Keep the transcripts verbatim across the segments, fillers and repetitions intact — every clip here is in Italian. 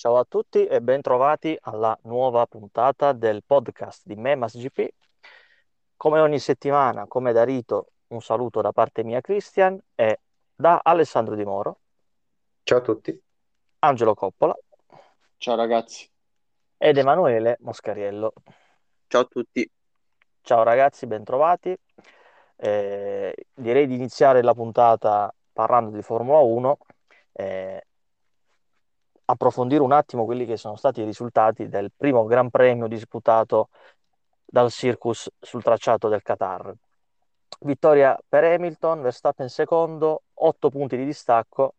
Ciao a tutti e ben trovati alla nuova puntata del podcast di Memas G P. Come ogni settimana, come da rito, un saluto da parte mia, Christian, e da Alessandro Di Moro, Ciao a tutti. Angelo Coppola Ciao ragazzi. ed Emanuele Moscariello. Ciao a tutti. Ciao ragazzi, ben trovati. Eh, direi di iniziare la puntata parlando di Formula uno, eh, approfondire un attimo quelli che sono stati i risultati del primo Gran Premio disputato dal Circus sul tracciato del Qatar. Vittoria per Hamilton, Verstappen secondo, otto punti di distacco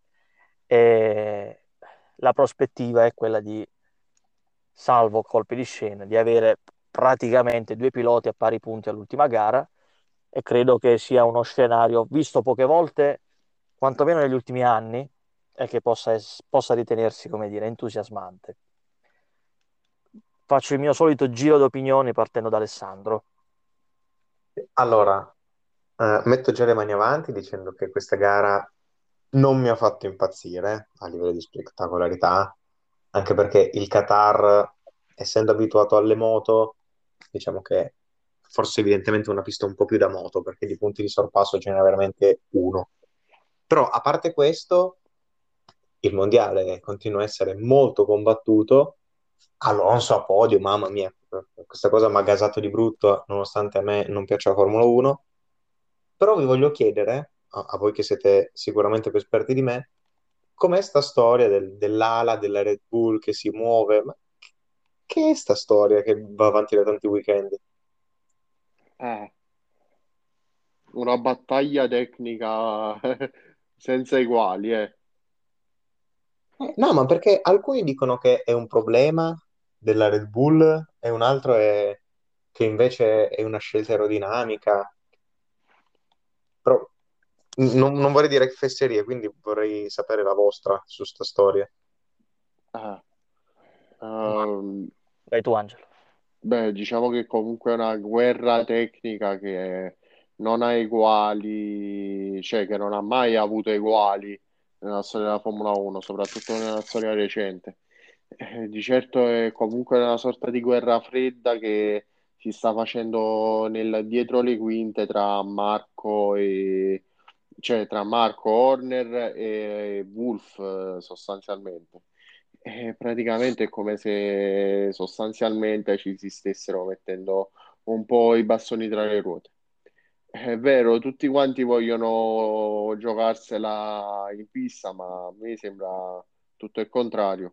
e la prospettiva è quella di, salvo colpi di scena, di avere praticamente due piloti a pari punti all'ultima gara e credo che sia uno scenario visto poche volte, quantomeno negli ultimi anni, e che possa, es- possa ritenersi, come dire, entusiasmante. Faccio il mio solito giro d'opinioni partendo da Alessandro. Allora, eh, metto già le mani avanti dicendo che questa gara non mi ha fatto impazzire a livello di spettacolarità, anche perché il Qatar, essendo abituato alle moto, diciamo che forse evidentemente una pista un po' più da moto, perché di punti di sorpasso ce n'è veramente uno. Però a parte questo, il mondiale continua a essere molto combattuto. Alonso a podio, mamma mia, questa cosa mi ha gasato di brutto, nonostante a me non piaccia la Formula uno. Però vi voglio chiedere, a, a voi che siete sicuramente più esperti di me, com'è sta storia del- dell'ala della Red Bull che si muove? Ma che è sta storia che va avanti da tanti weekend? Eh, una battaglia tecnica senza eguali, eh. Eh, no, ma perché alcuni dicono che è un problema della Red Bull e un altro è che invece è una scelta aerodinamica. Però n- non, non vorrei dire fesserie, quindi vorrei sapere la vostra su sta storia. Eh, Vai, ehm, vai tu, Angelo. Beh, diciamo che comunque è una guerra tecnica che non ha eguali, cioè che non ha mai avuto eguali nella storia della Formula uno, soprattutto nella storia recente. Eh, di certo è comunque una sorta di guerra fredda che si sta facendo nel- dietro le quinte tra Marco e cioè tra Marco Horner e Wolf, eh, sostanzialmente. E praticamente è come se sostanzialmente ci si stessero mettendo un po' i bastoni tra le ruote. È vero, tutti quanti vogliono giocarsela in pista, ma a me sembra tutto il contrario.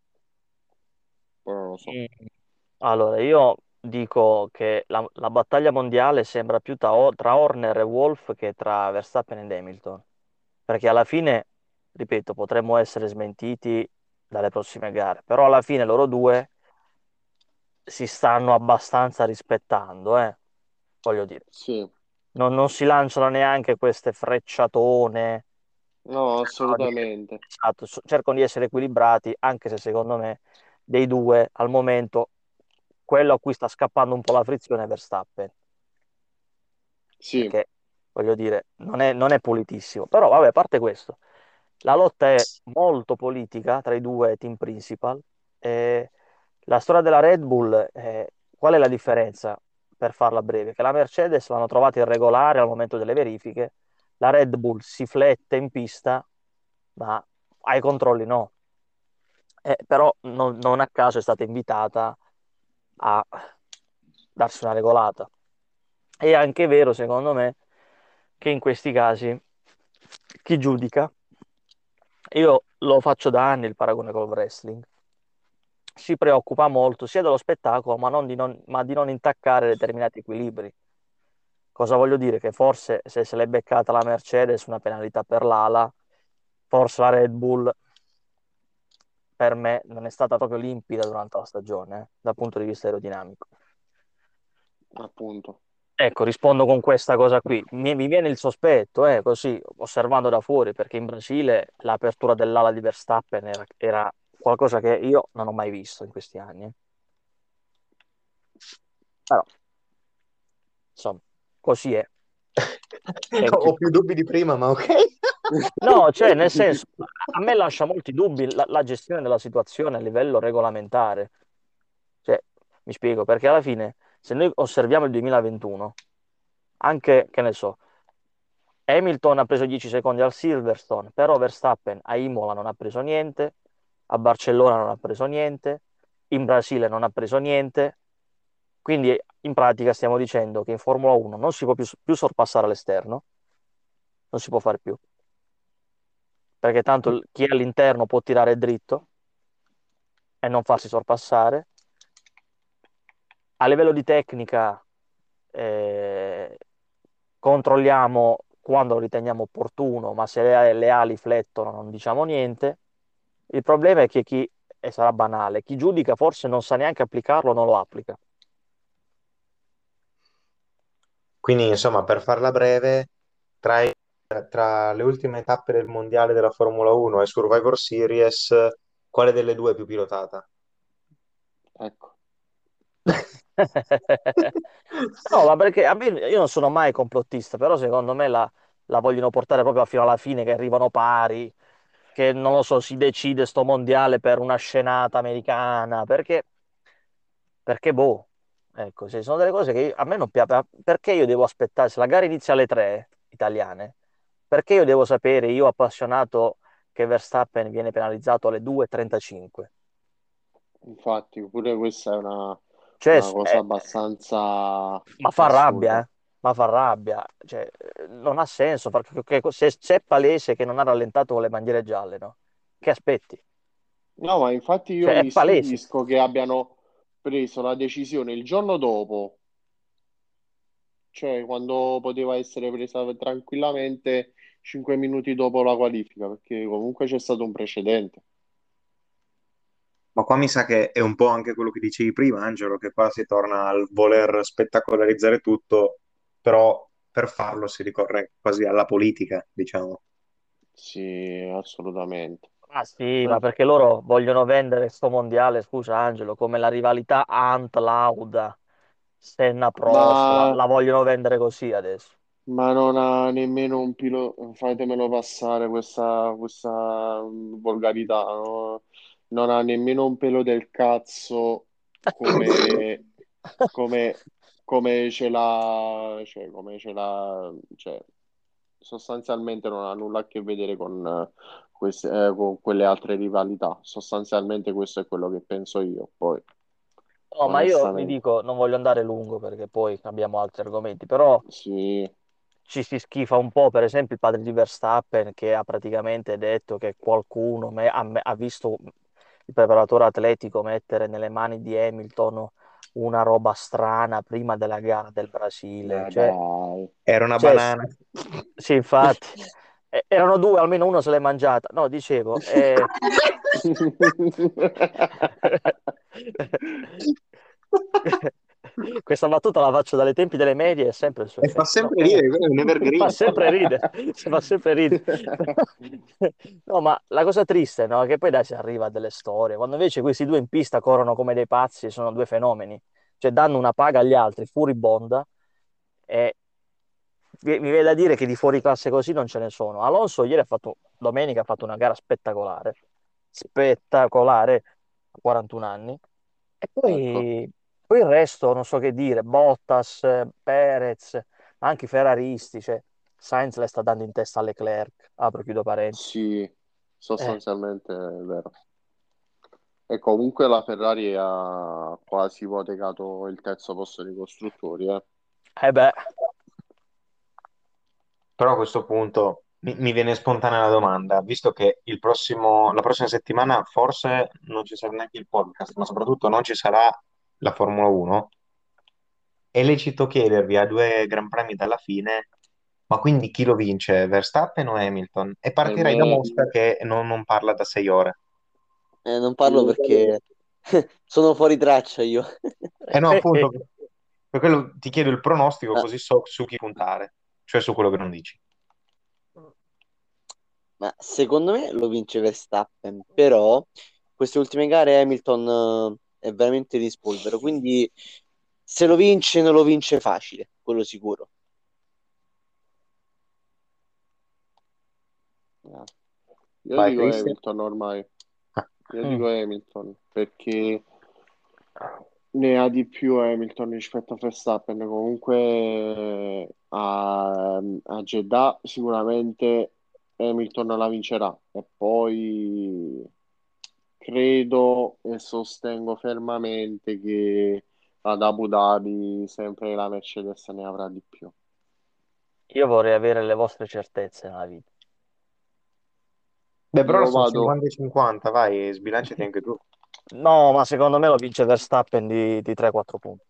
Poi non lo so. Mm. Allora, io dico che la, la battaglia mondiale sembra più tra, O- tra Horner e Wolf che tra Verstappen e Hamilton, perché alla fine, ripeto, potremmo essere smentiti dalle prossime gare, però alla fine loro due si stanno abbastanza rispettando, eh, voglio dire. Sì, Non, non si lanciano neanche queste frecciatone, no, cercano di, assolutamente. esatto, so- cercano di essere equilibrati, anche se secondo me dei due al momento quello a cui sta scappando un po' la frizione è Verstappen, Sì, perché voglio dire, non è, non è pulitissimo. Però vabbè, a parte questo, la lotta è molto politica tra i due team principal. E la storia della Red Bull, eh, qual è la differenza? Per farla breve, che la Mercedes l'hanno trovata irregolare al momento delle verifiche, la Red Bull si flette in pista, ma ai controlli no. Eh, però non, non a caso è stata invitata a darsi una regolata. È anche vero, secondo me, che in questi casi chi giudica, io lo faccio da anni il paragone col wrestling, si preoccupa molto sia dello spettacolo, ma, non di non, ma di non intaccare determinati equilibri. Cosa voglio dire? Che forse se se l'è beccata la Mercedes una penalità per l'ala, forse la Red Bull per me non è stata proprio limpida durante la stagione, eh, dal punto di vista aerodinamico. appunto. Ecco, rispondo con questa cosa qui. Mi, mi viene il sospetto, eh, così, osservando da fuori, perché in Brasile l'apertura dell'ala di Verstappen era, era qualcosa che io non ho mai visto in questi anni. eh. Però, insomma, così è. Cioè, Ho più dubbi di prima, ma ok. no, cioè, nel senso, a me lascia molti dubbi la, la gestione della situazione a livello regolamentare. Cioè, mi spiego, perché alla fine, se noi osserviamo il duemilaventuno, anche, che ne so, Hamilton ha preso dieci secondi al Silverstone, però Verstappen a Imola non ha preso niente, a Barcellona non ha preso niente, in Brasile non ha preso niente. Quindi in pratica stiamo dicendo che in Formula uno non si può più, più sorpassare all'esterno, non si può fare più, perché tanto il- chi è all'interno può tirare dritto e non farsi sorpassare. A livello di tecnica eh, controlliamo quando lo riteniamo opportuno, ma se le, le ali flettono non diciamo niente. Il problema è che chi, e sarà banale, chi giudica forse non sa neanche applicarlo, non lo applica. Quindi, insomma, per farla breve, tra, i- tra le ultime tappe del mondiale della Formula uno e Survivor Series, quale delle due è più pilotata? Ecco. No, ma perché a me, io non sono mai complottista, però secondo me la, la vogliono portare proprio fino alla fine, che arrivano pari, che non lo so, si decide sto mondiale per una scenata americana, perché, perché boh, ecco, ci sono delle cose che a me non piace, perché io devo aspettare, se la gara inizia alle tre italiane, perché io devo sapere, io appassionato, che Verstappen viene penalizzato alle due e trentacinque? Infatti, pure questa è una, Cioè, una cosa è, abbastanza ma fa rabbia, assurda. eh? Ma fa rabbia, cioè, eh, non ha senso, perché che- se, se è palese che non ha rallentato con le bandiere gialle, no? Che aspetti? No, ma infatti io Cioè, è mi palese. stupisco che abbiano preso la decisione il giorno dopo, cioè quando poteva essere presa tranquillamente cinque minuti dopo la qualifica, perché comunque c'è stato un precedente. Ma qua mi sa che è un po' anche quello che dicevi prima, Angelo, che qua si torna al voler spettacolarizzare tutto, però per farlo si ricorre quasi alla politica, diciamo. Sì, assolutamente. Ah sì, ma Eh, perché loro vogliono vendere sto mondiale, scusa Angelo, come la rivalità Ant-Lauda, Senna-Prost, la, Ma la vogliono vendere così adesso. Ma non ha nemmeno un pilota, fatemelo passare questa, questa mm, volgarità, no? Non ha nemmeno un pelo del cazzo come, come, come ce l'ha, cioè, come ce l'ha, cioè, sostanzialmente non ha nulla a che vedere con, eh, queste, eh, con quelle altre rivalità. Sostanzialmente questo è quello che penso io, poi, No, ma io vi onestamente. dico, non voglio andare lungo perché poi abbiamo altri argomenti, però Sì, ci si schifa un po', per esempio il padre di Verstappen che ha praticamente detto che qualcuno me- ha, me- ha visto il preparatore atletico mettere nelle mani di Hamilton una roba strana prima della gara del Brasile. eh, Cioè, dai. Era una cioè, s- banana. sì, infatti, E- erano due, almeno uno se l'è mangiata. No, dicevo, eh, questa battuta la faccio dalle tempi delle medie e è sempre il suo E fa effetto. No, sempre ridere, comunque, quello è un fa evergreen. sempre ridere, fa sempre ridere. No, ma la cosa triste, no, è che poi dai si arriva a delle storie, quando invece questi due in pista corrono come dei pazzi, sono due fenomeni, cioè danno una paga agli altri, furibonda, e mi mi viene da dire che di fuori classe così non ce ne sono. Alonso ieri ha fatto, domenica ha fatto una gara spettacolare, spettacolare, a quarantuno anni. E Ecco, poi, poi il resto non so che dire, Bottas, eh, Perez, ma anche i ferraristi, cioè Sainz le sta dando in testa a Leclerc, apro e chiudo parentesi. sì, Eh, sostanzialmente è vero. E comunque la Ferrari ha quasi ipotecato il terzo posto dei costruttori, eh. eh beh, Però a questo punto mi, mi viene spontanea la domanda, visto che il prossimo, la prossima settimana forse non ci sarà neanche il podcast, ma soprattutto non ci sarà la Formula uno, è lecito chiedervi a due Gran Premi dalla fine, ma quindi chi lo vince, Verstappen o Hamilton? E Per partirei da me, Mosca che non, non parla da sei ore. Eh, non parlo perché sono fuori traccia io. E no, appunto, per quello ti chiedo il pronostico Ma, così so su chi puntare, cioè su quello che non dici. ma secondo me lo vince Verstappen, però queste ultime gare Hamilton eh, è veramente di spolvero, quindi se lo vince non lo vince facile, quello sicuro. Eh, Io Vai, dico Christian. Hamilton ormai. Ah, Io Mm. dico Hamilton perché ne ha di più Hamilton rispetto a Verstappen. Comunque a, a Jeddah sicuramente Hamilton la vincerà e poi credo e sostengo fermamente che ad Abu Dhabi sempre la Mercedes ne avrà di più. Io vorrei avere le vostre certezze nella vita. beh, però Io sono vado, cinquanta e cinquanta, vai, sbilanciati anche tu. No, ma secondo me lo vince Verstappen di, di tre quattro punti.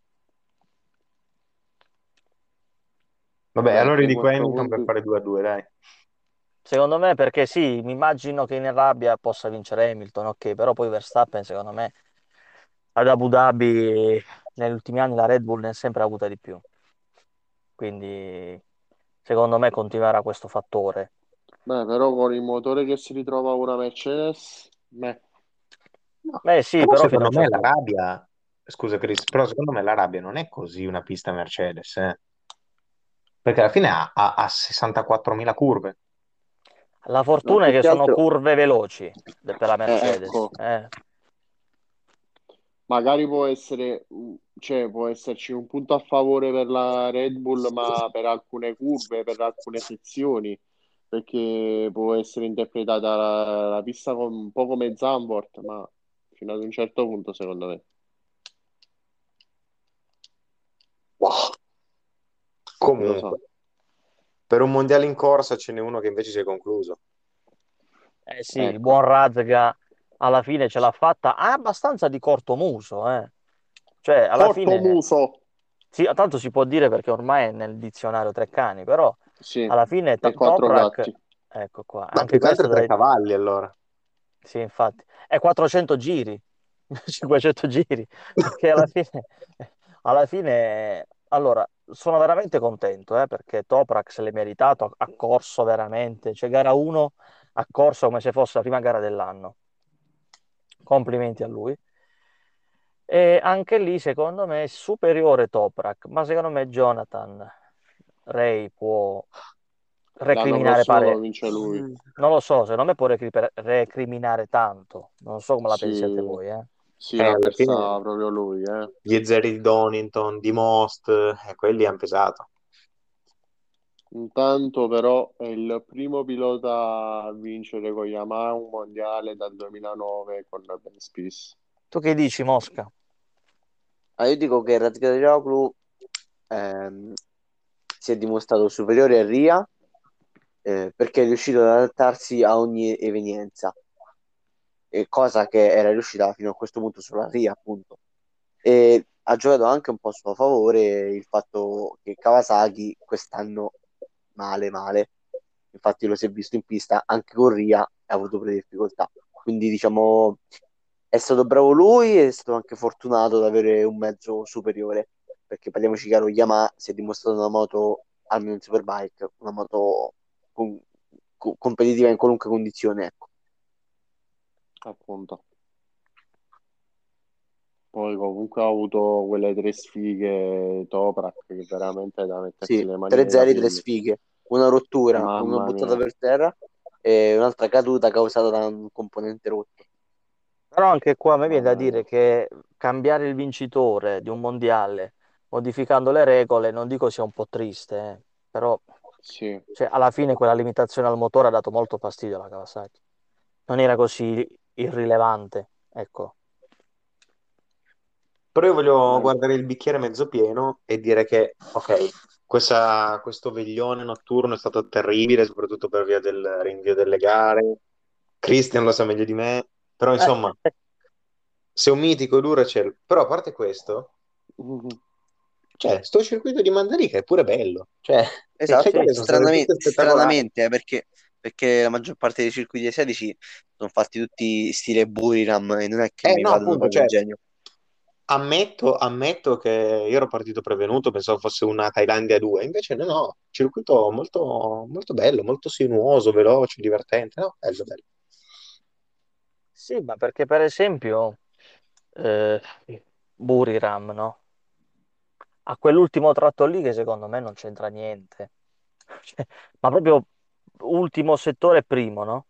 Vabbè, beh, allora io dico tre quattro Hamilton per punti. fare due a due, dai. Secondo me perché sì, mi immagino che in Arabia possa vincere Hamilton, ok, però poi Verstappen secondo me ad Abu Dhabi negli ultimi anni la Red Bull ne ha sempre avuta di più, quindi secondo me continuerà questo fattore. Beh, però con il motore che si ritrova ora Mercedes, beh, No, Beh sì, però però fino a secondo un me certo punto. l'Arabia, scusa Chris, però secondo me l'Arabia non è così una pista Mercedes, eh. Perché alla fine ha, ha, ha sessantaquattromila curve. La no, fortuna è più che che sono altro, curve veloci de- per la eh, Mercedes. ecco, eh. magari può essere, mh, cioè, può esserci un punto a favore per la Red Bull, ma per alcune curve, per alcune sezioni, perché può essere interpretata la, la pista com- un po' come Zandvoort, ma fino ad un certo punto, secondo me. Wow. Chi lo sa? Comunque, per un mondiale in corsa ce n'è uno che invece si è concluso. Eh sì, il Ecco, buon Razga alla fine ce l'ha fatta, ha abbastanza di cortomuso, eh. Cioè alla corto fine, muso, sì, tanto si può dire perché ormai è nel dizionario Treccani, però sì, alla fine e Ta- quattro Toprak, gatti. ecco qua, Ma anche più che altro questo tre dai, cavalli allora. sì, infatti, è quattrocento giri, cinquecento giri, perché alla fine, alla fine, allora, sono veramente contento, eh, perché Toprak se l'è meritato, ha ha corso veramente, cioè gara uno ha corso come se fosse la prima gara dell'anno, complimenti a lui. E anche lì, secondo me, è superiore Toprak, ma secondo me Jonathan Ray può L'anno recriminare prossimo lo pare. vince lui. Non lo so, secondo me può recri- recriminare tanto. Non so come la pensiate Sì, voi, eh. sì, Eh, l'ha alla persa fine proprio lui, eh. gli zeri di Donington, di Most, eh, quelli hanno pesato. Intanto però è il primo pilota a vincere con Yamaha un mondiale dal duemilanove con Ben Spies. Tu che dici, Mosca? Ah, io dico che Razgatlioglu ehm, si è dimostrato superiore a Ria eh, perché è riuscito ad adattarsi a ogni evenienza, e cosa che era riuscita fino a questo punto solo a Ria, appunto. E ha giocato anche un po' a suo favore il fatto che Kawasaki quest'anno male, male. Infatti lo si è visto in pista anche con Ria e ha avuto delle difficoltà. Quindi diciamo è stato bravo lui e è stato anche fortunato ad avere un mezzo superiore. Perché parliamoci chiaro, Yamaha si è dimostrata una moto, almeno in Superbike, una moto con- co- competitiva in qualunque condizione, ecco. Appunto. Poi comunque ha avuto quelle tre sfighe Toprak che veramente è da mettersi Sì, le mani tre nei zeri, tre capelli. sfighe, una rottura, una Mamma buttata mia. per terra e un'altra caduta causata da un componente rotto. Però anche qua a me viene da Mamma dire mia. che cambiare il vincitore di un mondiale modificando le regole, non dico sia un po' triste, eh, però Sì. cioè, alla fine quella limitazione al motore ha dato molto fastidio alla Kawasaki. Non era così irrilevante, ecco. Però io voglio Eh, guardare il bicchiere mezzo pieno e dire che, ok, questa- questo veglione notturno è stato terribile, soprattutto per via del rinvio delle gare. Christian lo sa meglio di me, però insomma, se un mitico Duracell, però a parte questo, cioè, sto circuito di Mandalika è pure bello, cioè, le Esatto, Sì, gare sono state stranamente, tutte spettacolari. stranamente eh, perché, perché la maggior parte dei circuiti asiatici sono fatti tutti stile Buriram e non è che Eh mi no, vadano appunto, proprio il cioè, genio. ammetto, ammetto che io ero partito prevenuto, pensavo fosse una Thailandia due, invece no, no, circuito molto, molto bello, molto sinuoso, veloce, divertente, no? Bello, bello. sì, ma perché per esempio eh, Buriram, no? A quell'ultimo tratto lì che secondo me non c'entra niente. Cioè, ma proprio ultimo settore primo, no?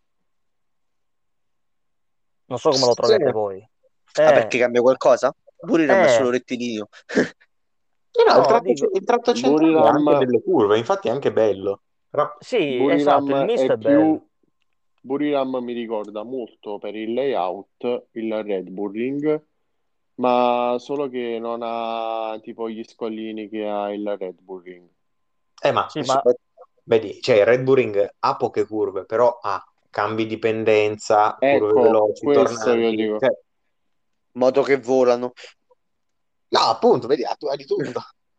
Non so come lo Sì. troviate voi. Ah, Eh, perché cambia qualcosa? Buriram è eh, solo rettilineo. Sì, no, il no, tratto, dico, il tratto centrale ha Buriram, anche delle curve, infatti è anche bello. Però, sì, esatto, il Buriram misto è è bello. più... Buriram mi ricorda molto per il layout il Red Bull Ring, ma solo che non ha tipo gli scollini che ha il Red Bull Ring. eh, ma Sì, s- ma vedi, cioè il Red Bull Ring ha poche curve, però ha cambi di pendenza, curve Ecco, veloci, questo io tornanti. dico. Cioè, Moto che volano. no, appunto, vedi, ha hai di tutto.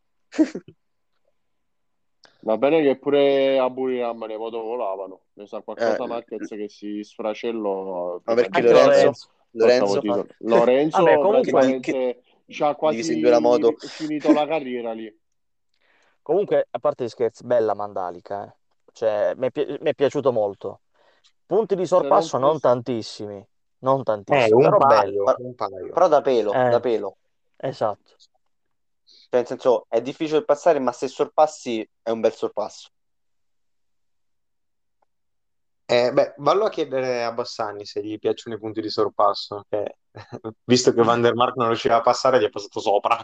Va bene che pure a Buriram le moto volavano. Ne sa Eh, qualcosa Marquez che si sfracellò ma prima perché di anche vincere Lorenzo? Lorenzo. l'ottavo Lorenzo? Ma- titolo. Vabbè, Lorenzo Che, comunque, che, di- che praticamente ci ha divisi in due la quasi moto. ri- finito la carriera lì. comunque, a parte gli scherzi, bella Mandalica, eh. Cioè, mi è, pi- mi è piaciuto molto. Punti di Se non sorpasso non fosse... tantissimi, non Eh, tantissimi, un però paio, bello. Ma- un paio. però da pelo, da Eh, pelo. esatto. Cioè, nel senso, è difficile passare, ma se sorpassi è un bel sorpasso. Eh, beh, vallo a chiedere a Bassani se gli piacciono i punti di sorpasso, che, visto che Van der Mark non riusciva a passare, gli è passato sopra.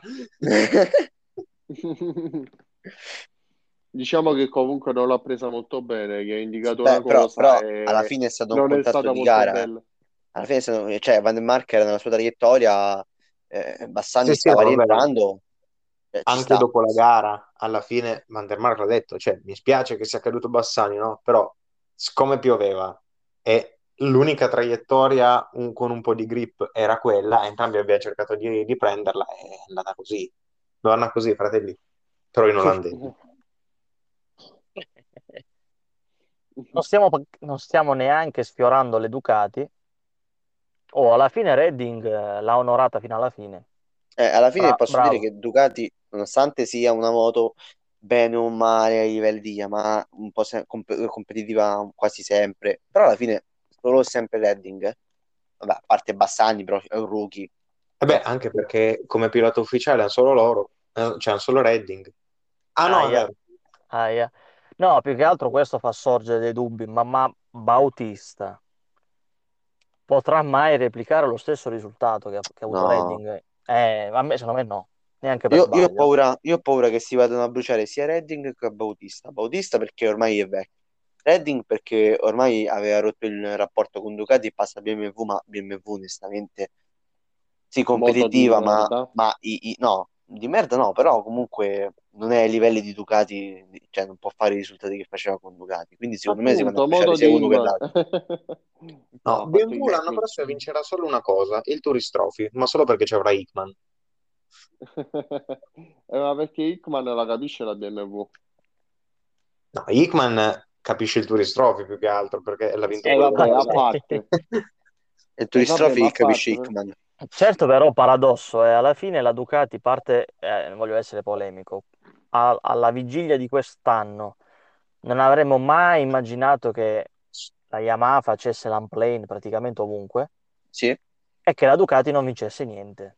Diciamo che comunque non l'ha presa molto bene, che ha indicato una Beh, però, cosa però alla e fine è stato un non è contratto stata di molto gara. Eh. bella. Alla fine, è stato- cioè, Van der Mark era nella sua traiettoria, eh, Sì, Bassani sì, stava no, vabbè, ma rientrando, eh, ci anche sta. dopo la gara, alla fine Van der Mark l'ha detto, cioè, mi spiace che sia caduto Bassani, no? Però, siccome pioveva e l'unica traiettoria un- con un po' di grip era quella, entrambi abbiamo cercato di, di prenderla, e è andata così. Donna così, fratelli, però in olandese. Non stiamo, non stiamo neanche sfiorando le Ducati. Oh, alla fine Redding eh, l'ha onorata fino alla fine. Eh, alla fine Bra- posso dire bravo. che Ducati, nonostante sia una moto bene o male a livelli di Yamaha, un po' se- comp- competitiva quasi sempre, però alla fine solo e sempre Redding. Eh. Vabbè, a parte Bassani, però è un rookie. E beh, Però, anche perché come pilota ufficiale hanno solo loro, eh, cioè hanno solo Redding. Ah no, è Aia, vero. aia. No, più che altro questo fa sorgere dei dubbi, ma, ma Bautista potrà mai replicare lo stesso risultato che ha, che ha avuto no. Redding? Eh, a me, secondo me no, neanche per Io, io ho sbaglio. paura, io ho paura che si vadano a bruciare sia Redding che Bautista. Bautista perché ormai è vecchio. Redding perché ormai aveva rotto il rapporto con Ducati e passa a B M W, ma B M W onestamente sì, Moto di competitiva, ma, merda. ma i- i- no, di merda no, però comunque non è ai livelli di Ducati, cioè non può fare i risultati che faceva con Ducati. Quindi secondo me si vanno a Appunto, bruciare moto sia di uno che merda. l'altro. No, No, ha fatto i B M W l'anno discorsi. prossimo vincerà solo una cosa, il Tourist Trophy, ma solo perché ci avrà Hickman. Eh, ma perché Hickman la capisce la B M W? No, Hickman capisce il Tourist Trophy più che altro perché l'ha vinto E pure vabbè, l'anno a passato. parte. E il E vabbè, ma Turistofi a capisce parte. però. Hickman. Certo, però, paradosso, è alla fine la Ducati parte, eh, non voglio essere polemico, a- alla vigilia di quest'anno non avremmo mai immaginato che la Yamaha facesse l'unplane praticamente ovunque Sì? e che la Ducati non vincesse niente.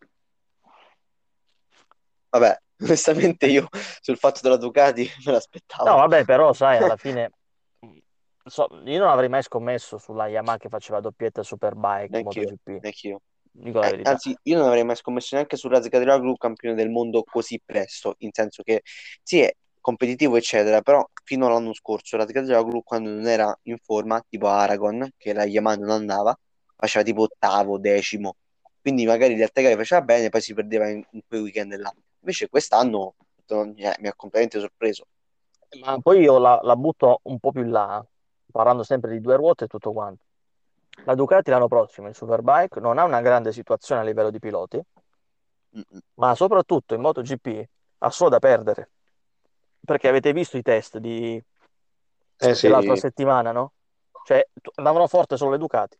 Vabbè, onestamente io sul fatto della Ducati me No, l'aspettavo. vabbè, però, sai, alla fine mh, so- io non avrei mai scommesso sulla Yamaha che faceva doppietta Superbike Neanch'io, MotoGP, neanch'io. dico la Eh, verità. anzi, io non avrei mai scommesso neanche su Razga Draglu campione del mondo così presto, in senso che sì, è competitivo, eccetera, però fino all'anno scorso Razga Draglu quando non era in forma, tipo Aragon, che la Yamaha non andava, faceva tipo ottavo, decimo, quindi magari le altre gare faceva bene, poi si perdeva in, in quei weekend là. Invece quest'anno eh, mi ha completamente sorpreso. Ma poi io la, la butto un po' più in là, parlando sempre di due ruote e tutto quanto. La Ducati l'anno prossimo in Superbike non ha una grande situazione a livello di piloti, Mm, mm. ma soprattutto in MotoGP ha solo da perdere. Perché avete visto i test di- Eh sì, dell'altra settimana, no? Cioè, tu- andavano forte solo le Ducati.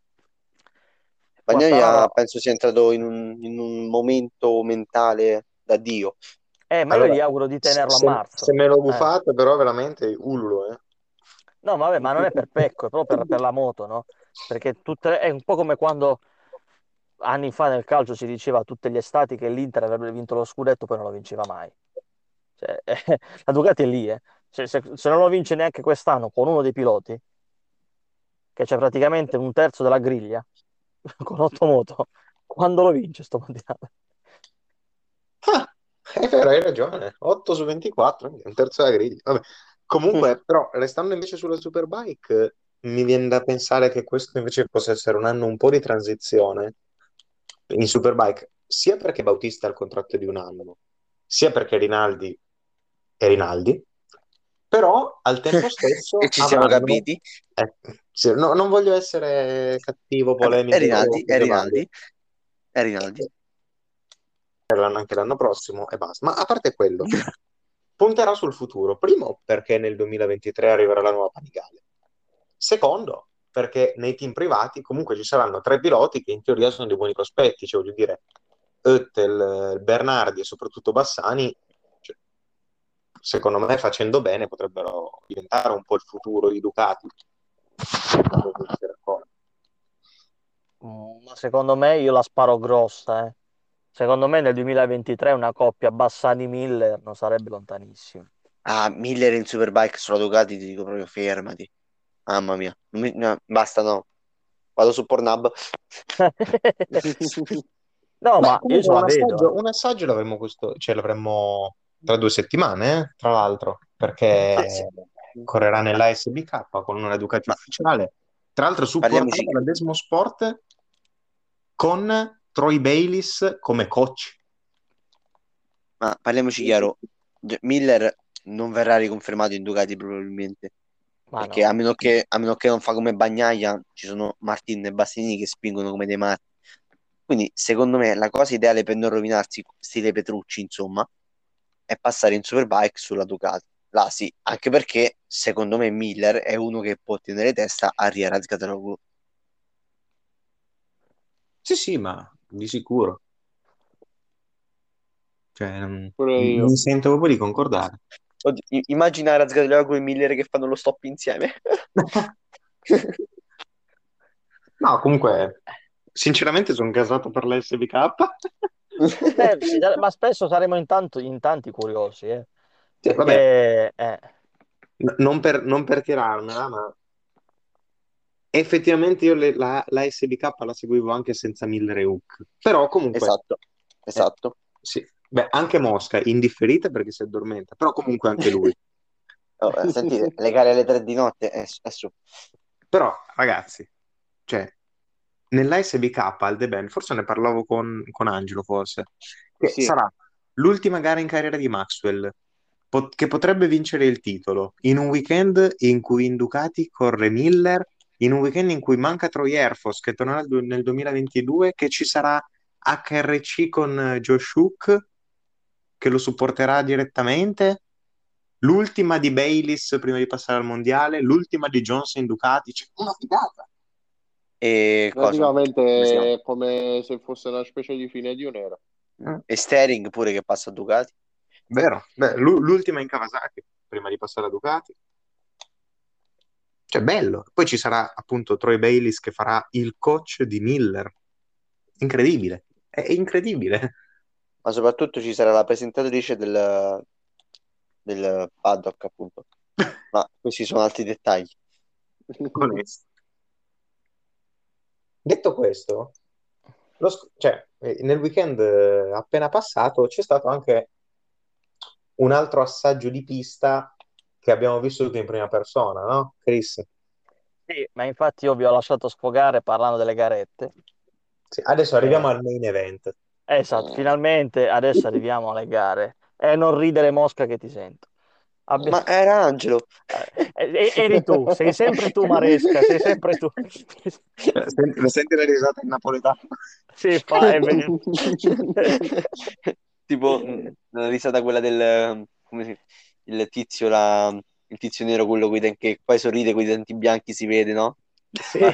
Bagnaia Quartararo, penso sia entrato in un, in un momento mentale da Dio. eh, ma io allora, gli auguro di se, tenerlo a se- se marzo. me lo Eh. buffate però veramente ululo, eh. No, ma vabbè, ma non è per Pecco, è proprio per, per la moto, no? Perché tutte, è un po' come quando anni fa nel calcio si diceva tutte le estati che l'Inter avrebbe vinto lo scudetto, poi non lo vinceva mai. Cioè, la Ducati è lì, eh. se, se- se non lo vince neanche quest'anno con uno dei piloti, che c'è praticamente un terzo della griglia, con otto moto, quando lo vince sto mondiale? Ah, è vero, hai ragione. otto su ventiquattro, quindi un terzo della griglia. Vabbè. Comunque, però, restando invece sulla Superbike, mi viene da pensare che questo invece possa essere un anno un po' di transizione in Superbike, sia perché Bautista ha il contratto di un anno, sia perché Rinaldi è Rinaldi, però al tempo E stesso ci siamo avranno... capiti. eh, sì, no, non voglio essere cattivo, Vabbè, è polemico o Rinaldi, è che voglia. Rinaldi, è Rinaldi. L'anno anche l'anno prossimo e basta. Ma a parte quello, punterà sul futuro. Primo, perché nel duemilaventitré arriverà la nuova Panigale. Secondo, perché nei team privati comunque ci saranno tre piloti che in teoria sono dei buoni prospetti, cioè voglio dire, Oettel, Bernardi e soprattutto Bassani, cioè, secondo me facendo bene potrebbero diventare un po' il futuro di Ducati. Mm, Ma secondo me io la sparo grossa, eh. Secondo me nel duemilaventitré una coppia Bassani-Miller non sarebbe lontanissimo. Ah, Miller in Superbike sulla Ducati, ti dico proprio fermati. Mamma mia. Non mi- no, basta, no. Vado su Pornhub. No, Beh, ma io ce comunque la un vedo, assaggio, eh. un assaggio l'avremo questo, cioè l'avremo tra due settimane, eh, tra l'altro, Sì, sì. perché correrà nell'A S B K con una Ducati Ma ufficiale, tra l'altro parliamoci, supportata da Desmo Sport con Troy Bayliss come coach. ma parliamoci chiaro. Gi- Miller non verrà riconfermato in Ducati probabilmente. Ma Perché a no. meno che, a meno che non fa come Bagnaia, ci sono Martin e Bastianini che spingono come dei matti. Quindi, secondo me, la cosa ideale per non rovinarsi, stile Petrucci, insomma, è passare in Superbike sulla Ducati. Là sì, anche perché, secondo me, Miller è uno che può tenere testa a Ria Razgatlioglu. Sì, sì, ma di sicuro. Cioè, non- Pure mi io. sento proprio di concordare. Oddio, i- immagina Razgatlioglu e Miller che fanno lo stop insieme. No, comunque, sinceramente sono casato per la S B K. Eh, sì, da- ma spesso saremo in, tanto- in tanti curiosi, eh. Sì, vabbè, Perché eh, n- non per, non per tirarmela, ma effettivamente io le- la, la S B K la seguivo anche senza Miller e Hook. Però comunque, Esatto, eh, esatto. sì. Beh, anche Mosca, indifferita perché si addormenta, però comunque anche lui. Oh, eh, sentite, le gare alle tre di notte è, è su. Però, ragazzi, cioè, nell'A S B K al The Ben, forse ne parlavo con, con Angelo, forse, che Sì, sarà l'ultima gara in carriera di Maxwell, pot- che potrebbe vincere il titolo, in un weekend in cui in Ducati corre Miller, in un weekend in cui manca Troy Herfos, che tornerà nel du- nel duemilaventidue, che ci sarà H R C con eh, Josh Hook, che lo supporterà direttamente, l'ultima di Bayliss prima di passare al mondiale, l'ultima di Johnson in Ducati, cioè, una figata. E cosa? Come si chiama? praticamente è come se fosse una specie di fine di un'era. Eh, E Stering pure che passa a Ducati. Vero? Beh, l'u- l'ultima in Kawasaki, prima di passare a Ducati. Cioè, bello. Poi ci sarà appunto Troy Bayliss che farà il coach di Miller. Incredibile. È incredibile. Ma soprattutto ci sarà la presentatrice del, del paddock, appunto. Ma questi sono altri dettagli. Onesto. Detto questo, lo sc- cioè, eh, nel weekend eh, appena passato c'è stato anche un altro assaggio di pista che abbiamo vissuto in prima persona, no? Chris? sì, ma infatti io vi ho lasciato sfogare parlando delle garette. Sì, adesso arriviamo Eh, al main event. esatto, finalmente adesso arriviamo alle gare. E non ridere Mosca che ti sento. Abbia- Ma era Angelo. eh, e- eri tu, sei sempre tu Maresca, sei sempre tu. Eh, Senti, lo senti la risata in napoletano? Si fa, è ve- Tipo, mh, la risata quella del, come si, il tizio, la, il tizio nero, quello coi denti, che poi sorride con i denti bianchi, si vede, no? Sì.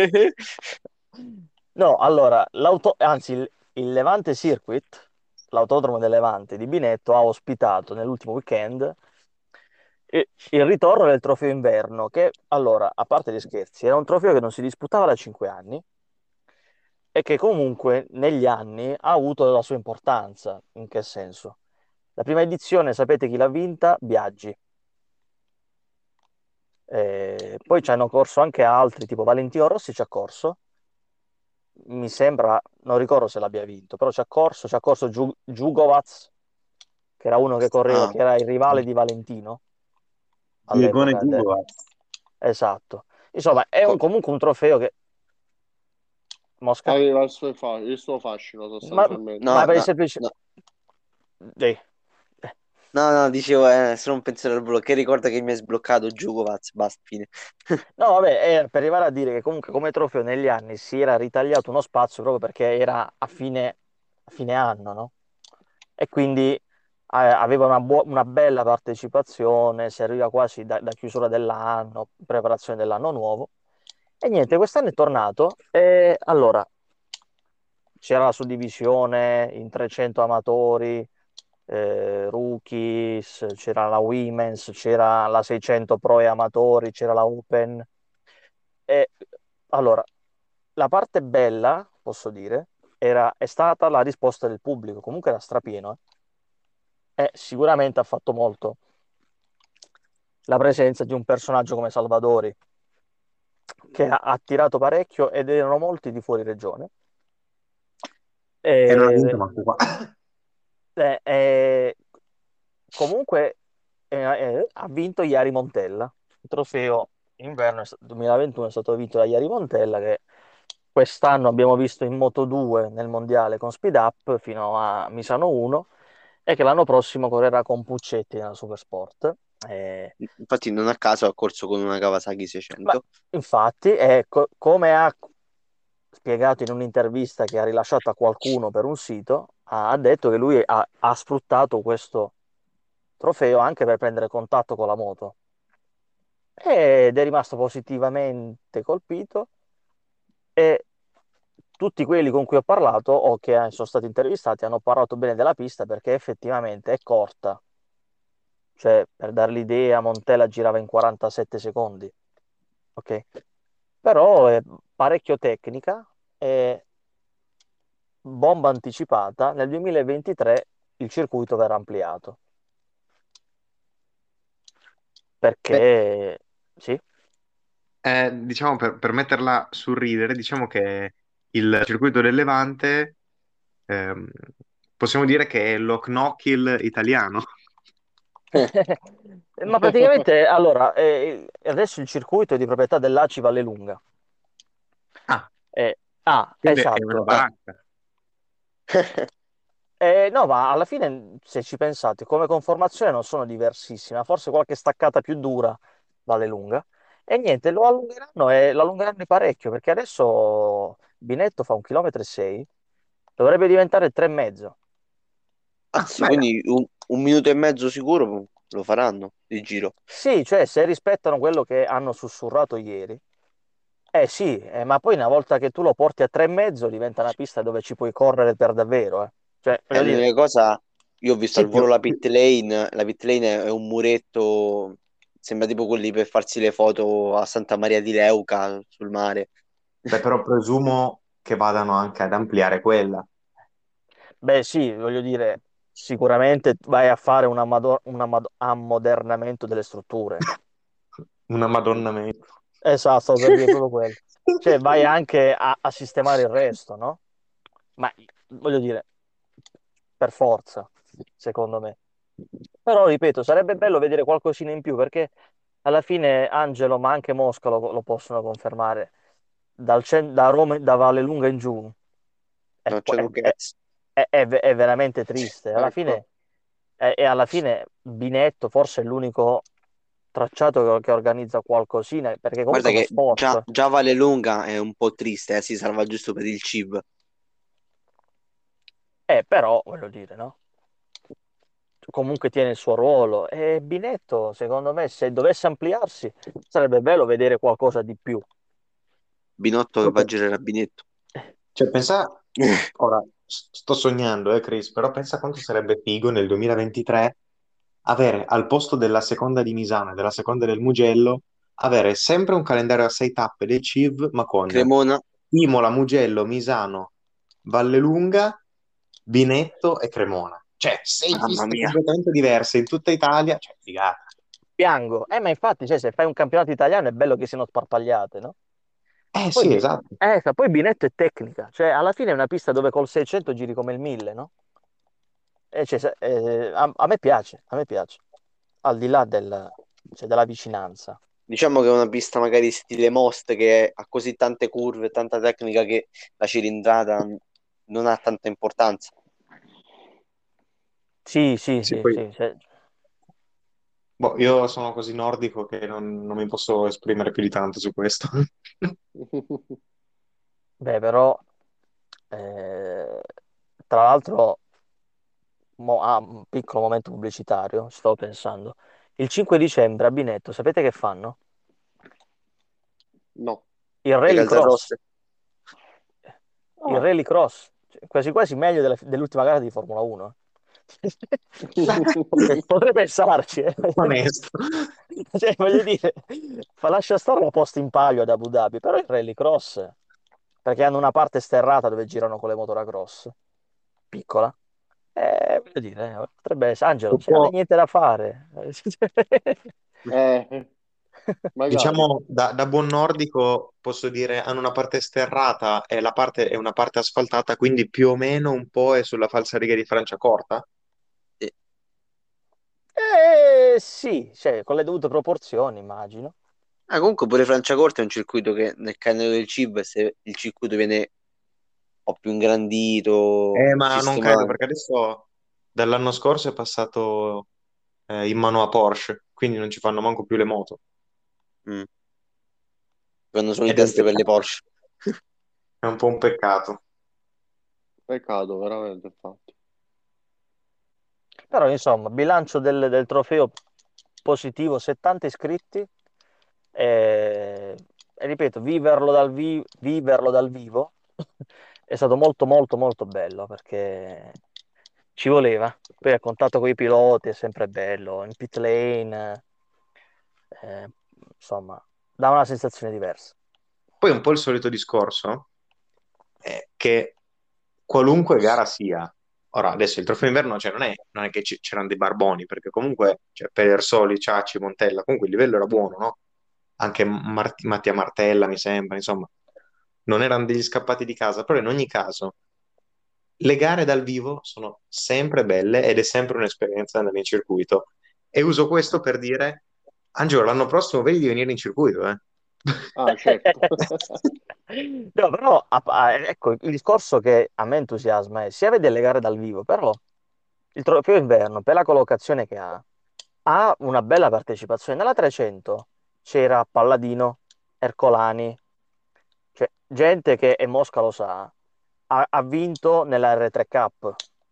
No, allora, l'auto, anzi, il, il Levante Circuit, l'autodromo del Levante di Binetto, ha ospitato nell'ultimo weekend eh, il ritorno del trofeo inverno, che allora, a parte gli scherzi, era un trofeo che non si disputava da cinque anni e che comunque negli anni ha avuto la sua importanza. In che senso? La prima edizione, sapete chi l'ha vinta? Biaggi. Eh, poi ci hanno corso anche altri, tipo Valentino Rossi ci ha corso, mi sembra, non ricordo se l'abbia vinto, però ci ha corso, ci ha corso Giu- Jugovac, che era uno che correva, Ah, che era il rivale di Valentino Diegone all'epoca. de- Giulio. Esatto. Insomma, è un- co- comunque un trofeo che Mosca. Aveva il suo, fa- il suo fascino Ma, sostanzialmente. ma no, per il no, semplice... no, Sì. no, no, dicevo, eh, solo un pensiero al volo, che ricorda che mi hai sbloccato Jugovac, basta, fine. No, vabbè, era per arrivare a dire che comunque come trofeo negli anni si era ritagliato uno spazio proprio perché era a fine, a fine anno, no? E quindi eh, aveva una, buo- una bella partecipazione, serviva quasi da, da chiusura dell'anno, preparazione dell'anno nuovo. E niente, quest'anno è tornato e allora c'era la suddivisione in trecento amatori, eh, rookies, c'era la women's, c'era la seicento pro e amatori, c'era la open. E allora, la parte bella, posso dire, era, è stata la risposta del pubblico, comunque era strapieno, eh. E sicuramente ha fatto molto la presenza di un personaggio come Salvadori, che ha attirato parecchio ed erano molti di fuori regione. E non ha vinto E, manco qua. e- e comunque eh, eh, ha vinto Iari Montella, il trofeo inverno è sta- duemilaventuno è stato vinto da Iari Montella, che quest'anno abbiamo visto in Moto due nel mondiale con Speed Up fino a Misano uno e che l'anno prossimo correrà con Puccetti nella Supersport. Eh, Infatti non a caso ha corso con una Kawasaki ma seicento. infatti, ecco, come ha spiegato in un'intervista che ha rilasciato a qualcuno per un sito, ha ha detto che lui ha, ha sfruttato questo trofeo anche per prendere contatto con la moto ed è rimasto positivamente colpito e tutti quelli con cui ho parlato o che sono stati intervistati hanno parlato bene della pista perché effettivamente è corta, cioè per dare l'idea Montella girava in quarantasette secondi, ok? Però è parecchio tecnica e bomba anticipata, nel duemilaventitré il circuito verrà ampliato Beh, perché sì. eh, diciamo per, per metterla sul ridere, diciamo che il circuito del Levante ehm, possiamo dire che è lo Knockhill italiano. Ma praticamente allora eh, adesso il circuito è di proprietà dell'A C I Vallelunga. Ah, Eh, ah, quindi è una esatto. Ah, baracca. Eh, no, ma alla fine, se ci pensate, come conformazione non sono diversissime, forse qualche staccata più dura vale lunga. E niente, lo allungheranno e lo allungheranno di parecchio, perché adesso Binetto fa un chilometro e sei, dovrebbe diventare tre e mezzo. Ah, azzo, beh, quindi un, un minuto e mezzo sicuro lo faranno di giro. Sì, cioè se rispettano quello che hanno sussurrato ieri. Eh sì, eh, ma poi una volta che tu lo porti a tre e mezzo diventa una pista dove ci puoi correre per davvero, eh. Cioè, Eh, voglio dire, l'unica cosa, io ho visto sì, al volo più, la più- pit lane, la pit lane è un muretto, sembra tipo quelli per farsi le foto a Santa Maria di Leuca sul mare. beh, però presumo che vadano anche ad ampliare quella. beh, sì, voglio dire, sicuramente vai a fare un, ammado- un ammado- ammodernamento delle strutture. Una Madonna mia. Esatto, stavo per dire proprio quello. Cioè, vai anche a, a sistemare il resto, no? Ma voglio dire, per forza, secondo me. Però, ripeto, sarebbe bello vedere qualcosina in più perché alla fine Angelo, ma anche Mosca lo, lo possono confermare. Dal cen- da Roma, da Vallelunga in giù è, Non qua- c'è è- un è- cazzo. è- è ve- è veramente triste. Alla Ecco, fine, e e alla fine Binetto forse è l'unico tracciato che, che organizza qualcosina, perché comunque Guarda è uno che già, sport. già Valle Lunga è un po' triste, eh, si salva giusto per il cibo. Eh, però, voglio dire, no? Comunque tiene il suo ruolo. E Binetto, secondo me, se dovesse ampliarsi, sarebbe bello vedere qualcosa di più. Binotto che va a girare a Binetto. Cioè, pensa, ora s- sto sognando, eh, Chris, però pensa quanto sarebbe figo nel duemilaventitré avere al posto della seconda di Misano e della seconda del Mugello, avere sempre un calendario a sei tappe del C I V, ma con Cremona, Imola, Mugello, Misano, Vallelunga, Binetto e Cremona. Cioè, sei mamma piste mia. completamente diverse in tutta Italia, cioè, figata. piango. Eh, ma infatti, cioè, se fai un campionato italiano è bello che siano sparpagliate, no? Eh Poi, sì, Bi- esatto. eh, fa- poi Binetto è tecnica, cioè alla fine è una pista dove col seicento giri come il mille, no? E cioè, se- eh, a, a me piace, a me piace, al di là del- cioè, della vicinanza. Diciamo che è una pista magari stile Most che ha così tante curve e tanta tecnica che la cilindrata non ha tanta importanza. Sì, sì, Sì, sì, poi sì, cioè, boh, io sono così nordico che non, non mi posso esprimere più di tanto su questo. beh, però, eh, tra l'altro, mo- ah, un piccolo momento pubblicitario, stavo pensando. Il cinque dicembre a Binetto, sapete che fanno? No. Il Le Rallycross. calzarosse. Il Ah. Rallycross, cioè, quasi quasi meglio della- dell'ultima gara di Formula uno. Potrebbe pensarci, eh. Onesto. Cioè, voglio dire, fa lascia stare la posta in palio ad Abu Dhabi, però il Rallycross, perché hanno una parte sterrata dove girano con le motoracross, piccola. Eh, voglio dire, eh, potrebbe essere. Angelo, Un se non hai po', niente da fare. Eh, magari. diciamo, da, da buon nordico posso dire hanno una parte sterrata e la parte è una parte asfaltata, quindi più o meno un po' è sulla falsariga di Franciacorta. Eh, Eh, sì, cioè, con le dovute proporzioni, immagino. ah, comunque pure Franciacorta è un circuito che nel Canale del Cibo, se il circuito viene un po' più ingrandito, Eh, ma non credo, sistemato. perché adesso dall'anno scorso è passato eh, in mano a Porsche, quindi non ci fanno manco più le moto. Mm. Vanno solo i Ed è un test per le peccato. Porsche. È un po' un peccato. Peccato, veramente, infatti. Però, insomma, bilancio del, del trofeo positivo, settanta iscritti. E, e ripeto, viverlo dal, vi- viverlo dal vivo è stato molto, molto, molto bello perché ci voleva. Poi a contatto con i piloti è sempre bello, in pit lane, eh, insomma, dà una sensazione diversa. Poi un po' il solito discorso è che qualunque gara sia, ora adesso il trofeo inverno, cioè non è, non è che ci- c'erano dei barboni, perché comunque cioè, Pedersoli, Ciacci, Montella, comunque il livello era buono, no? Anche Mart- Mattia Martella, mi sembra, insomma, non erano degli scappati di casa, però in ogni caso le gare dal vivo sono sempre belle ed è sempre un'esperienza andare in circuito. E uso questo per dire, Angelo, l'anno prossimo vedi di venire in circuito, eh? Ah, certo. No, però a- a- ecco, il discorso che a me entusiasma è sia vedere le gare dal vivo, però il trofeo inverno, per la collocazione che ha, ha una bella partecipazione. Nella trecento c'era Palladino, Ercolani, cioè gente che, e Mosca lo sa, ha, ha vinto nella R tre Cup.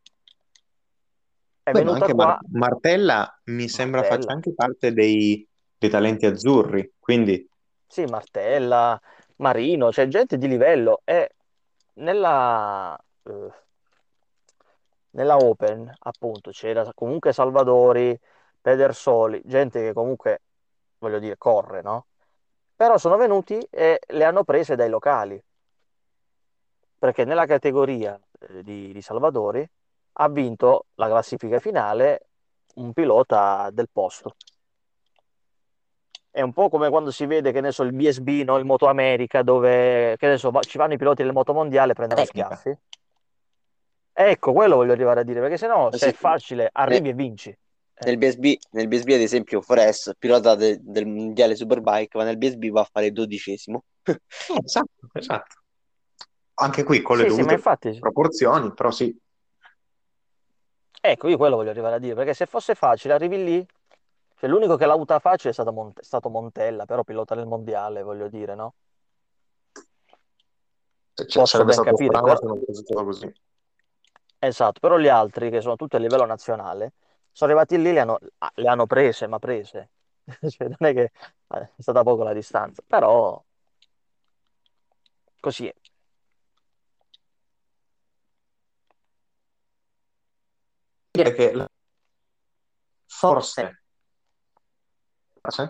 È Beh, ma venuta anche Mar- qua Martella mi sembra faccia Martella, anche parte dei, dei talenti azzurri, quindi sì, Martella, Marino, c'è gente di livello e nella, eh, nella Open, appunto, c'era comunque Salvadori, Pedersoli, gente che comunque, voglio dire, corre, no? Però sono venuti e le hanno prese dai locali, perché nella categoria eh, di, di Salvadori ha vinto la classifica finale un pilota del posto. È un po' come quando si vede, che ne so, il B S B, no? Il Moto America, dove, che ne so, va- ci vanno i piloti del moto mondiale, la prendono tecnica. schiaffi. Ecco, quello voglio arrivare a dire, perché se no, Ah, se è sì. facile, Ne- arrivi e vinci. Eh, Nel B S B, nel B S B, ad esempio, Fores, pilota de- del mondiale Superbike, va nel B S B, va a fare dodicesimo. Eh, esatto, esatto. Anche qui con le sì, sì, ma dovute infatti, proporzioni, però sì. ecco, io quello voglio arrivare a dire, perché se fosse facile, arrivi lì, cioè l'unico che l'ha avuta facile è stato, Mont- è stato Montella, però pilota del mondiale, voglio dire, no? C- Posso sarebbe ben stato capire, strano però, se non fosse stato così. esatto, però gli altri, che sono tutti a livello nazionale, sono arrivati lì, le hanno, ah, le hanno prese, ma prese. Cioè, non è che eh, è stata poco la distanza, però così è. Direi che la- forse, forse,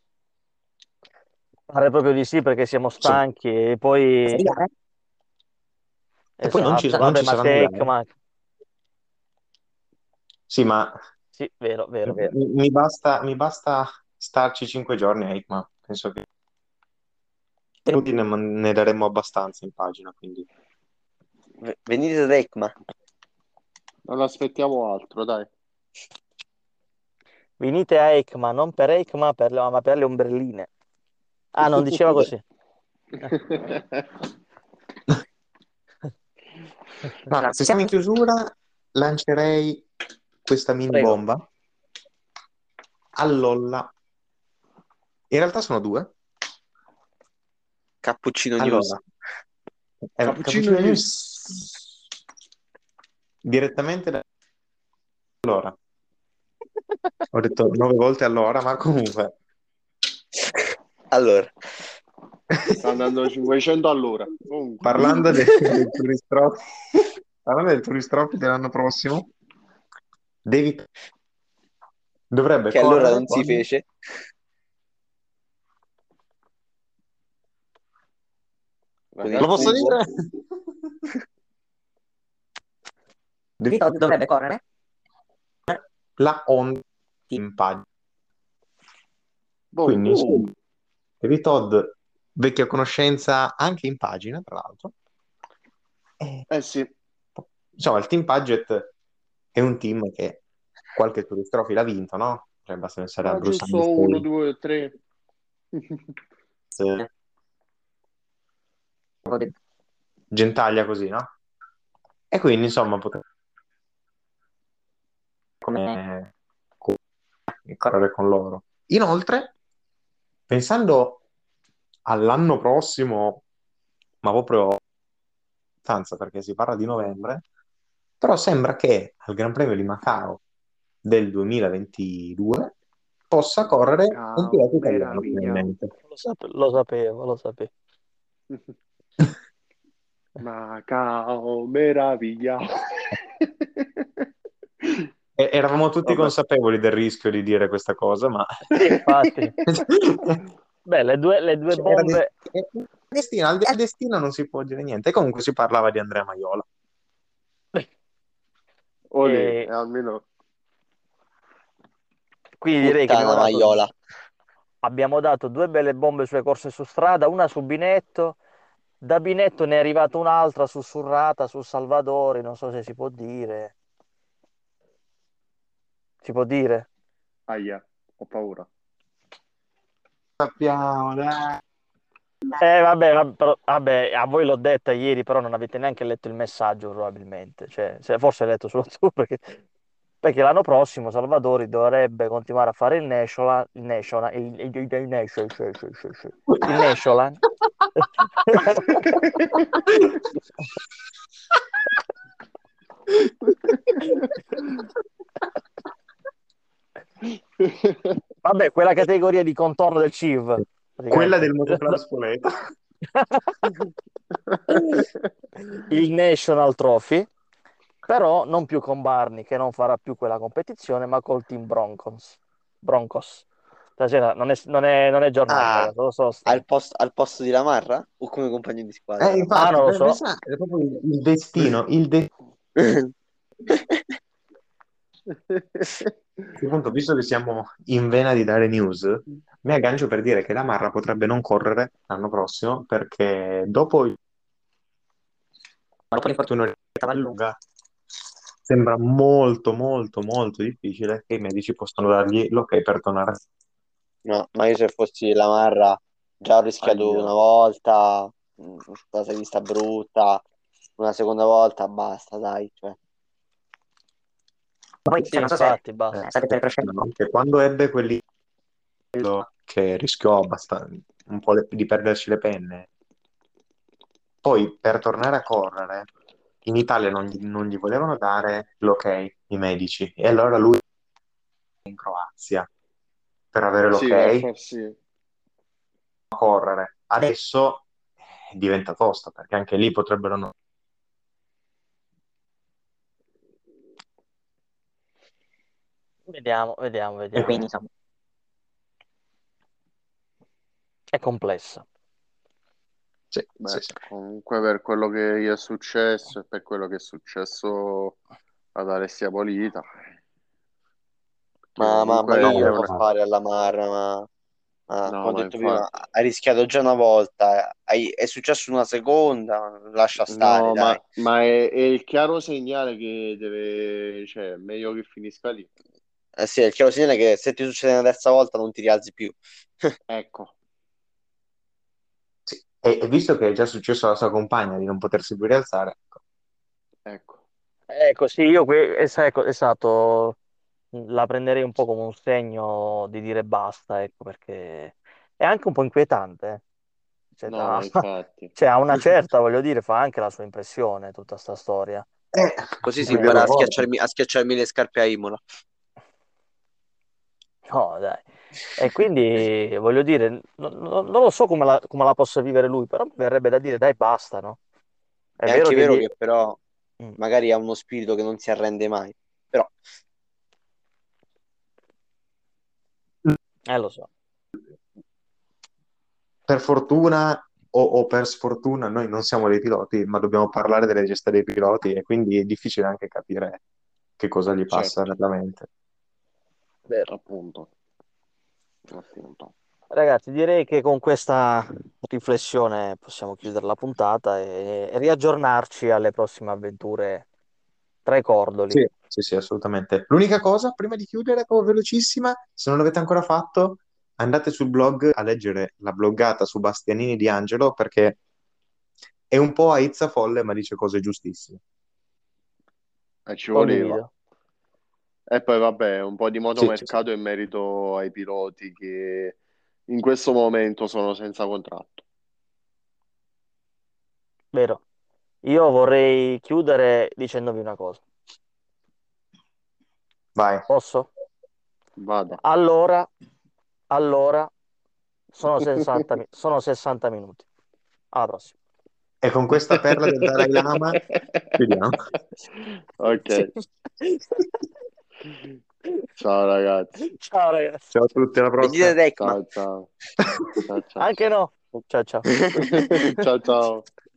Pare proprio di sì perché siamo insomma, stanchi e poi, di gare. E poi non ci, esatto, non vabbè, ci ma saranno Tech, gare. ma Sì, ma sì, vero, vero, vero. mi, mi basta, mi basta starci cinque giorni, Aikman. Penso che minuti ne, ne daremmo abbastanza in pagina, quindi V- venite da ECMA. Non aspettiamo altro, dai. Venite a ECMA, non per ECMA, per le- ma per le ombrelline. Ah, non diceva così. Eh. Allora, se siamo in chiusura, lancerei questa mini Prego. bomba a Lolla. In realtà sono due. Cappuccino News. Allora, è Cappuccino Cappuccino News. News direttamente da... Allora, ho detto nove volte allora, ma comunque... Allora, Sta andando cinquecento all'ora. Comunque. Parlando de- del turistrofi, parlando del turistrofi dell'anno prossimo, David dovrebbe che allora correre non si con... fece. Con il Lo posso fungo. dire? David dovrebbe correre la Honda in pagina. Boh. Quindi, insomma, David Todd, vecchia conoscenza anche in pagina, tra l'altro. E, Eh sì. insomma, il team Budget è un team che qualche turistrofi l'ha vinto, no? Cioè, basta pensare a Ma Bruce giusto uno, Hamilton, due, tre. Gentaglia così, no? E quindi, insomma, potrebbe come correre con loro. Inoltre, pensando all'anno prossimo, ma proprio abbastanza perché si parla di novembre, però sembra che al Gran Premio di Macao del duemilaventidue possa correre un Macao, pilota italiano meraviglia. finalmente. Lo, sape- lo sapevo, lo sapevo. Macao, meraviglia. E- eravamo tutti Vabbè. consapevoli del rischio di dire questa cosa, ma Sì, infatti. Beh, le due, le due cioè, era des- bombe, era destino, al, al destino non si può dire niente. E comunque si parlava di Andrea Maiola. Olè, e almeno. quindi direi che abbiamo Puttana dato, Maiola. abbiamo dato due belle bombe sulle corse su strada, una su Binetto, da Binetto ne è arrivata un'altra sussurrata su Salvadori, non so se si può dire. Si può dire? Aia, ho paura. Sappiamo, dai. Eh, vabbè, va- però- vabbè, a voi l'ho detta ieri, però non avete neanche letto il messaggio, probabilmente. Cioè, se- forse l'hai letto solo tu, perché, perché l'anno prossimo Salvadori dovrebbe continuare a fare il National, il National, il, il, il, il Nation- sì, sì, sì, sì. Il National. Vabbè, quella categoria di contorno del C I V, Quella praticamente. del motoclub Spoleto. Il National Trophy, però non più con Barney, che non farà più quella competizione, ma col team Broncos. Broncos. Stasera non è, non è, non è giornata, Ah, ragazzi, lo so al, stanco. post- al posto di Lamarra? O come compagno di Eh, squadra? Ah, infatti, non lo per so. pensare, è proprio il, il destino, il destino. A questo punto, visto che siamo in vena di dare news, mi aggancio per dire che la Marra potrebbe non correre l'anno prossimo perché dopo il dopo l'infortunio di Tavalluga sembra molto, molto, molto difficile che i medici possano dargli l'ok per tornare. No, ma io se fossi Lamarra già ho rischiato Aia. una volta, mh, cosa vista brutta, una seconda volta, basta, dai. Cioè. Poi, Sì, cioè, non so se infatti, eh, basta. sapete prescindere, no? Che quando ebbe quelli che rischiò abbastanza un po' le- di perderci le penne, poi per tornare a correre in Italia non gli, non gli volevano dare l'ok i medici e allora lui è in Croazia per avere Sì, per l'ok far sì. a correre. Adesso eh, diventa tosta perché anche lì potrebbero non... Vediamo, vediamo, E quindi vediamo. insomma, È complessa. sì, sì, Beh, sì. comunque per quello che gli è successo e per quello che è successo ad Alessia Polita, che Ma mamma comunque mia, No, è io non una... infatti. fare alla Marra, ma, ma No, come ho ma detto prima, infatti... hai rischiato già una volta, hai- è successo una seconda, lascia stare, No, dai. ma, ma è, è il chiaro segnale che deve... Cioè, è meglio che finisca lì. Eh sì, è il chiaro segnale che se ti succede una terza volta non ti rialzi più. Ecco, Sì. E, e visto che è già successo alla sua compagna di non potersi più rialzare, ecco. ecco. Ecco, sì, io que- es- ecco, esatto, la prenderei un po' come un segno di dire basta, ecco, perché è anche un po' inquietante. eh. Cioè, No, a, ma infatti. cioè, a una certa, voglio dire, fa anche la sua impressione tutta sta storia. Eh, Così si guida impara per a forza. schiacciarmi, a schiacciarmi le scarpe a Imola. No, dai. E quindi, voglio dire, n- n- non lo so come la, come la possa vivere lui, però mi verrebbe da dire, dai, basta, no? È È vero anche che vero gli... che però Mm, magari ha uno spirito che non si arrende mai. Però, eh, lo so. Per fortuna o, o per sfortuna noi non siamo dei piloti, ma dobbiamo parlare delle gesta dei piloti e quindi è difficile anche capire che cosa gli passa Certo, per la mente. Vero. appunto, appunto. Ragazzi, direi che con questa riflessione possiamo chiudere la puntata e, e riaggiornarci alle prossime avventure tra i cordoli. Sì, sì, sì, assolutamente. L'unica cosa, prima di chiudere, proprio velocissima, se non l'avete ancora fatto, andate sul blog a leggere la bloggata su Bastianini di Angelo perché è un po' aizza folle, ma dice cose giustissime. E ci voleva. Condivido. E poi vabbè, un po' di Sì, sì, sì. motomercato in merito ai piloti che in questo momento sono senza contratto. Vero. Io vorrei chiudere dicendovi una cosa. Vai. Posso? Vada. Allora, allora, sono sessanta, mi- sono sessanta minuti. Alla prossima. E con questa perla del Dalai Lama, chiudiamo. Ok, ciao ragazzi. Ciao ragazzi. Ciao a tutti, alla venite prossima. da Tecma. Ciao ciao. Ciao ciao. Anche no. Ciao ciao. Ciao ciao.